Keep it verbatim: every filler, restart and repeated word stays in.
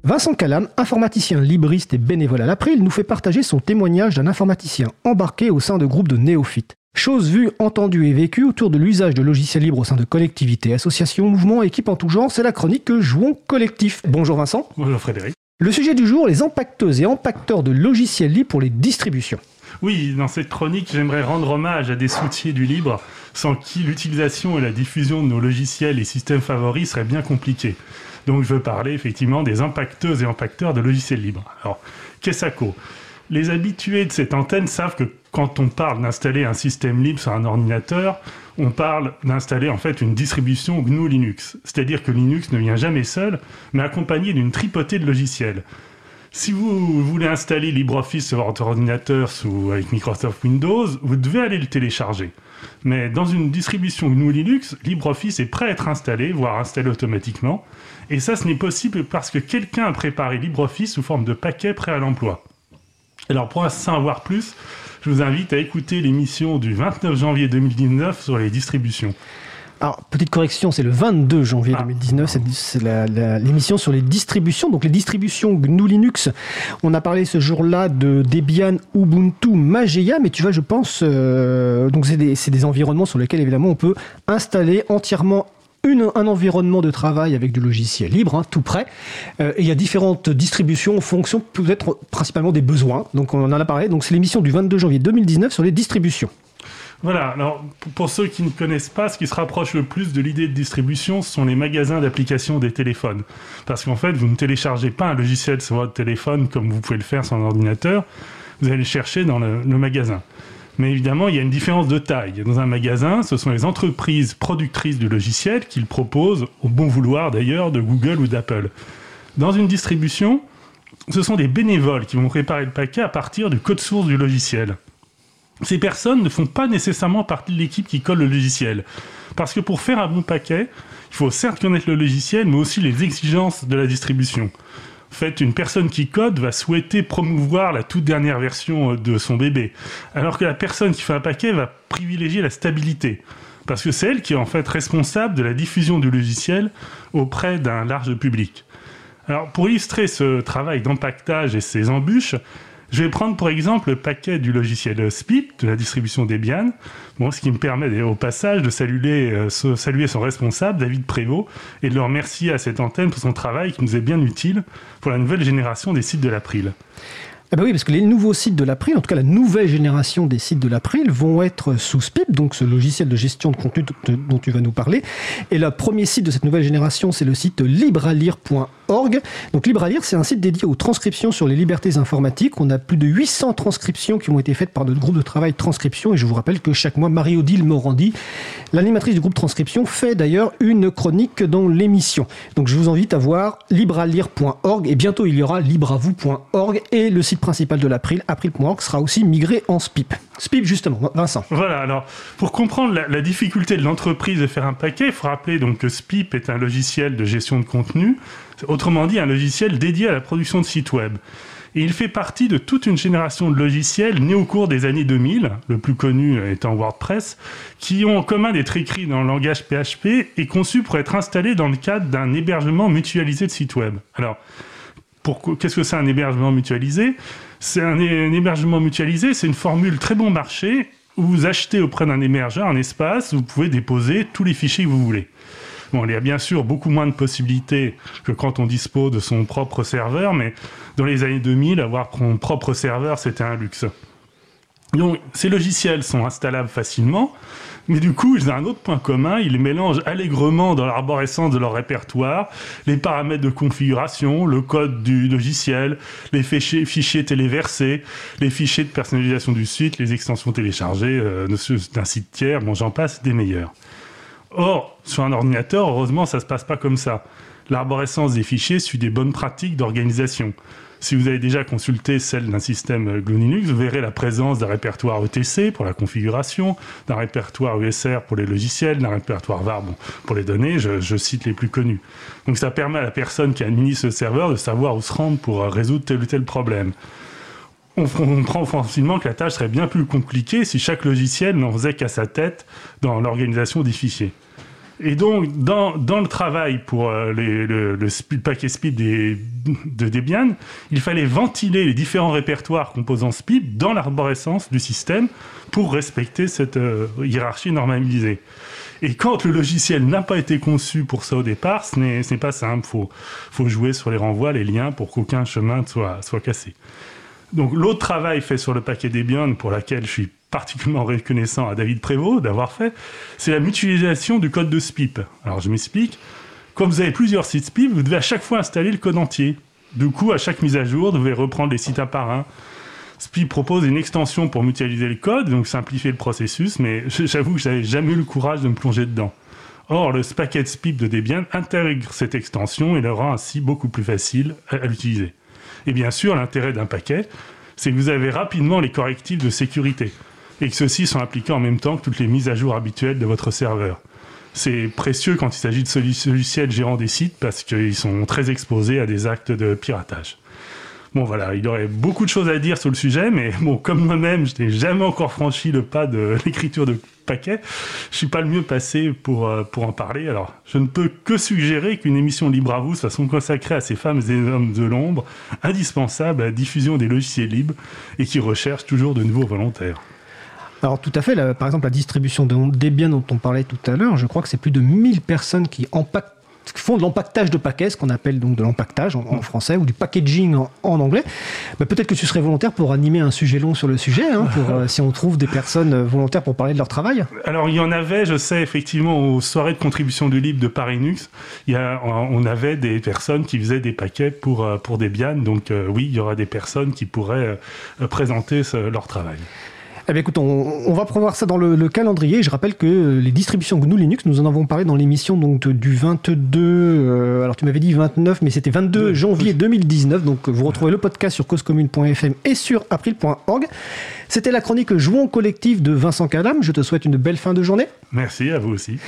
Vincent Calam, informaticien libriste et bénévole à l'April, nous fait partager son témoignage d'un informaticien embarqué au sein de groupes de néophytes. Chose vue, entendue et vécue autour de l'usage de logiciels libres au sein de collectivités, associations, mouvements, équipes en tout genre, c'est la chronique Jouons collectif. Bonjour Vincent. Bonjour Frédéric. Le sujet du jour, les impacteuses et impacteurs de logiciels libres pour les distributions. Oui, dans cette chronique, j'aimerais rendre hommage à des soutiers du libre, sans qui l'utilisation et la diffusion de nos logiciels et systèmes favoris seraient bien compliquées. Donc je veux parler effectivement des impacteuses et impacteurs de logiciels libres. Alors, qu'est-ce que ça? Les habitués de cette antenne savent que quand on parle d'installer un système libre sur un ordinateur, on parle d'installer en fait une distribution G N U Linux. C'est-à-dire que Linux ne vient jamais seul, mais accompagné d'une tripotée de logiciels. Si vous voulez installer LibreOffice sur votre ordinateur sous, avec Microsoft Windows, vous devez aller le télécharger. Mais dans une distribution G N U Linux, LibreOffice est prêt à être installé, voire installé automatiquement. Et ça, ce n'est possible parce que quelqu'un a préparé LibreOffice sous forme de paquet prêt à l'emploi. Alors pour en savoir plus, je vous invite à écouter l'émission du vingt-neuf janvier deux mille dix-neuf sur les distributions. Alors, petite correction, c'est le vingt-deux janvier ah. deux mille dix-neuf, c'est, c'est la, la, l'émission sur les distributions. Donc les distributions G N U Linux, on a parlé ce jour-là de Debian, Ubuntu, Mageia, mais tu vois, je pense, euh, donc c'est des, c'est des environnements sur lesquels évidemment on peut installer entièrement Une, un environnement de travail avec du logiciel libre, hein, tout prêt. Euh, et il y a différentes distributions en fonction peut-être principalement des besoins. Donc on en a parlé. Donc c'est l'émission du vingt-deux janvier deux mille dix-neuf sur les distributions. Voilà, alors pour ceux qui ne connaissent pas, ce qui se rapproche le plus de l'idée de distribution, ce sont les magasins d'applications des téléphones. Parce qu'en fait, vous ne téléchargez pas un logiciel sur votre téléphone comme vous pouvez le faire sur un ordinateur, vous allez le chercher dans le, le magasin. Mais évidemment, il y a une différence de taille. Dans un magasin, ce sont les entreprises productrices du logiciel qui le proposent, au bon vouloir d'ailleurs, de Google ou d'Apple. Dans une distribution, ce sont des bénévoles qui vont préparer le paquet à partir du code source du logiciel. Ces personnes ne font pas nécessairement partie de l'équipe qui colle le logiciel. Parce que pour faire un bon paquet, il faut certes connaître le logiciel, mais aussi les exigences de la distribution. En fait, une personne qui code va souhaiter promouvoir la toute dernière version de son bébé, alors que la personne qui fait un paquet va privilégier la stabilité, parce que c'est elle qui est en fait responsable de la diffusion du logiciel auprès d'un large public. Alors, pour illustrer ce travail d'empaquetage et ses embûches, je vais prendre pour exemple le paquet du logiciel Spip de la distribution Debian, bon, ce qui me permet au passage de saluer, euh, saluer son responsable, David Prévost, et de le remercier à cette antenne pour son travail qui nous est bien utile pour la nouvelle génération des sites de l'April. Ah bah oui, parce que les nouveaux sites de l'April, en tout cas la nouvelle génération des sites de l'April, vont être sous Spip, donc ce logiciel de gestion de contenu dont tu vas nous parler. Et le premier site de cette nouvelle génération, c'est le site libralire point org. Donc Libralire, c'est un site dédié aux transcriptions sur les libertés informatiques. On a plus de huit cents transcriptions qui ont été faites par notre groupe de travail transcription. Et je vous rappelle que chaque mois, Marie-Odile Morandi, l'animatrice du groupe transcription, fait d'ailleurs une chronique dans l'émission. Donc je vous invite à voir libralire point org et bientôt il y aura libravou point org et le site principal de l'April, april point org, sera aussi migré en Spip. Spip, justement, Vincent. Voilà, alors, pour comprendre la, la difficulté de l'entreprise de faire un paquet, il faut rappeler donc que Spip est un logiciel de gestion de contenu, autrement dit, un logiciel dédié à la production de sites web. Et il fait partie de toute une génération de logiciels nés au cours des années deux mille, le plus connu étant WordPress, qui ont en commun d'être écrits dans le langage P H P et conçus pour être installés dans le cadre d'un hébergement mutualisé de sites web. Alors, Pour, qu'est-ce que c'est un hébergement mutualisé ? C'est un, un hébergement mutualisé, c'est une formule très bon marché où vous achetez auprès d'un hébergeur un espace où vous pouvez déposer tous les fichiers que vous voulez. Bon, il y a bien sûr beaucoup moins de possibilités que quand on dispose de son propre serveur, mais dans les années deux mille, avoir son propre serveur, c'était un luxe. Donc, ces logiciels sont installables facilement, mais du coup, ils ont un autre point commun, ils mélangent allègrement dans l'arborescence de leur répertoire les paramètres de configuration, le code du logiciel, les fichiers, fichiers téléversés, les fichiers de personnalisation du site, les extensions téléchargées euh, d'un site tiers, bon, j'en passe, des meilleurs. Or, sur un ordinateur, heureusement, ça ne se passe pas comme ça. L'arborescence des fichiers suit des bonnes pratiques d'organisation. Si vous avez déjà consulté celle d'un système G N U Linux, vous verrez la présence d'un répertoire E T C pour la configuration, d'un répertoire U S R pour les logiciels, d'un répertoire V A R bon, pour les données, je, je cite les plus connus. Donc ça permet à la personne qui administre ce serveur de savoir où se rendre pour résoudre tel ou tel problème. On comprend facilement que la tâche serait bien plus compliquée si chaque logiciel n'en faisait qu'à sa tête dans l'organisation des fichiers. Et donc, dans, dans le travail pour euh, les, le, le, le paquet S P I P des, de Debian, il fallait ventiler les différents répertoires composant S P I P dans l'arborescence du système pour respecter cette euh, hiérarchie normalisée. Et quand le logiciel n'a pas été conçu pour ça au départ, ce n'est, ce n'est pas simple. Il faut, faut jouer sur les renvois, les liens, pour qu'aucun chemin soit, soit cassé. Donc l'autre travail fait sur le paquet Debian, pour lequel je suis particulièrement reconnaissant à David Prévost d'avoir fait, c'est la mutualisation du code de S P I P. Alors je m'explique. Comme vous avez plusieurs sites S P I P, vous devez à chaque fois installer le code entier. Du coup, à chaque mise à jour, vous devez reprendre les sites un par un. S P I P propose une extension pour mutualiser le code, donc simplifier le processus, mais j'avoue que je n'avais jamais eu le courage de me plonger dedans. Or, le paquet S P I P de Debian intègre cette extension et le rend ainsi beaucoup plus facile à, à l'utiliser. Et bien sûr, l'intérêt d'un paquet, c'est que vous avez rapidement les correctifs de sécurité et que ceux-ci sont appliqués en même temps que toutes les mises à jour habituelles de votre serveur. C'est précieux quand il s'agit de logiciels gérant des sites parce qu'ils sont très exposés à des actes de piratage. Bon voilà, il y aurait beaucoup de choses à dire sur le sujet, mais bon, comme moi-même, je n'ai jamais encore franchi le pas de l'écriture de paquets, je suis pas le mieux passé pour, euh, pour en parler. Alors, je ne peux que suggérer qu'une émission Libre à vous soit consacrée à ces femmes et hommes de l'ombre, indispensables à la diffusion des logiciels libres et qui recherchent toujours de nouveaux volontaires. Alors tout à fait, là, par exemple la distribution de Debian dont on parlait tout à l'heure, je crois que c'est plus de mille personnes qui empaquetent font de l'empaquetage de paquets, ce qu'on appelle donc de l'empaquetage en, en français, ou du packaging en, en anglais. Bah, peut-être que tu serais volontaire pour animer un sujet long sur le sujet, hein, pour, euh, si on trouve des personnes volontaires pour parler de leur travail. Alors il y en avait, je sais, effectivement, aux soirées de contribution du libre de Paris Linux, il y a, on avait des personnes qui faisaient des paquets pour, pour Debian, donc euh, oui, il y aura des personnes qui pourraient euh, présenter ce, leur travail. Eh bien, écoute, on, on va prévoir ça dans le, le calendrier. Je rappelle que les distributions G N U Linux, nous en avons parlé dans l'émission donc, du vingt-deux, euh, alors tu m'avais dit vingt-neuf, mais c'était vingt-deux janvier deux mille dix-neuf. Donc vous retrouvez le podcast sur cause commune point f m et sur april point org. C'était la chronique Jouons collectif de Vincent Cadam. Je te souhaite une belle fin de journée. Merci, à vous aussi.